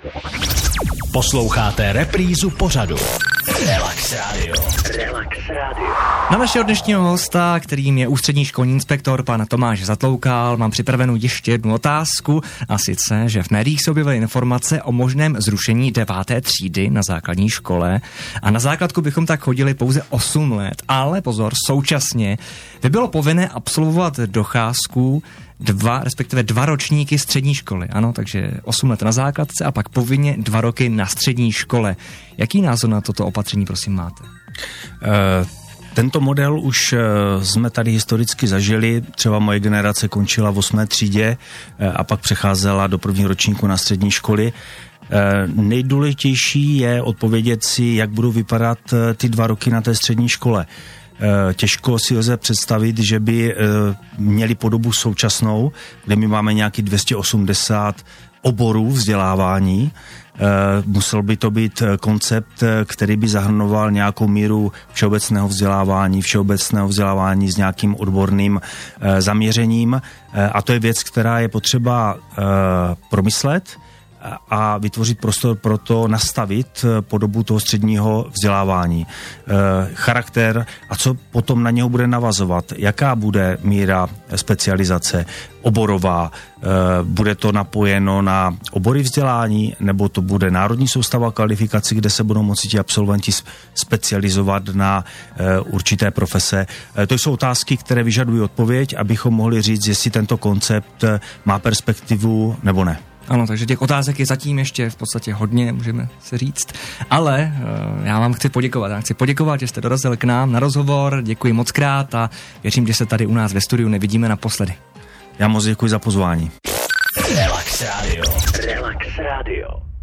Posloucháte reprízu pořadu Relax Radio. Relax Radio. Na našeho dnešního hosta, kterým je ústřední školní inspektor pan Tomáš Zatloukal, mám připravenou ještě jednu otázku, a sice, že v médiích se objevily informace o možném zrušení 9. třídy na základní škole a na základku bychom tak chodili pouze 8 let, ale pozor, současně by bylo povinné absolvovat docházku 2 ročníky střední školy, ano, takže 8 let na základce a pak povinně 2 roky na střední škole. Jaký názor na toto opatření, prosím, máte? Tento model už jsme tady historicky zažili, třeba moje generace končila v 8. třídě a pak přecházela do 1. ročníku na střední školy. Nejdůležitější je odpovědět si, jak budou vypadat ty 2 roky na té střední škole. Těžko si lze představit, že by měli podobu současnou, kde my máme nějaký 280 oborů vzdělávání. Musel by to být koncept, který by zahrnoval nějakou míru všeobecného vzdělávání s nějakým odborným zaměřením. A to je věc, která je potřeba promyslet a vytvořit prostor pro to, nastavit podobu toho středního vzdělávání. Charakter a co potom na něho bude navazovat, jaká bude míra specializace oborová, bude to napojeno na obory vzdělání, nebo to bude národní soustava kvalifikací, kde se budou moci ti absolventi specializovat na určité profese. To jsou otázky, které vyžadují odpověď, abychom mohli říct, jestli tento koncept má perspektivu nebo ne. Ano, takže těch otázek je zatím ještě v podstatě hodně, můžeme se říct. Ale já vám chci poděkovat. Že jste dorazil k nám na rozhovor. Děkuji moc krát a věřím, že se tady u nás ve studiu nevidíme naposledy. Já moc děkuji za pozvání. Relax Radio. Relax Radio.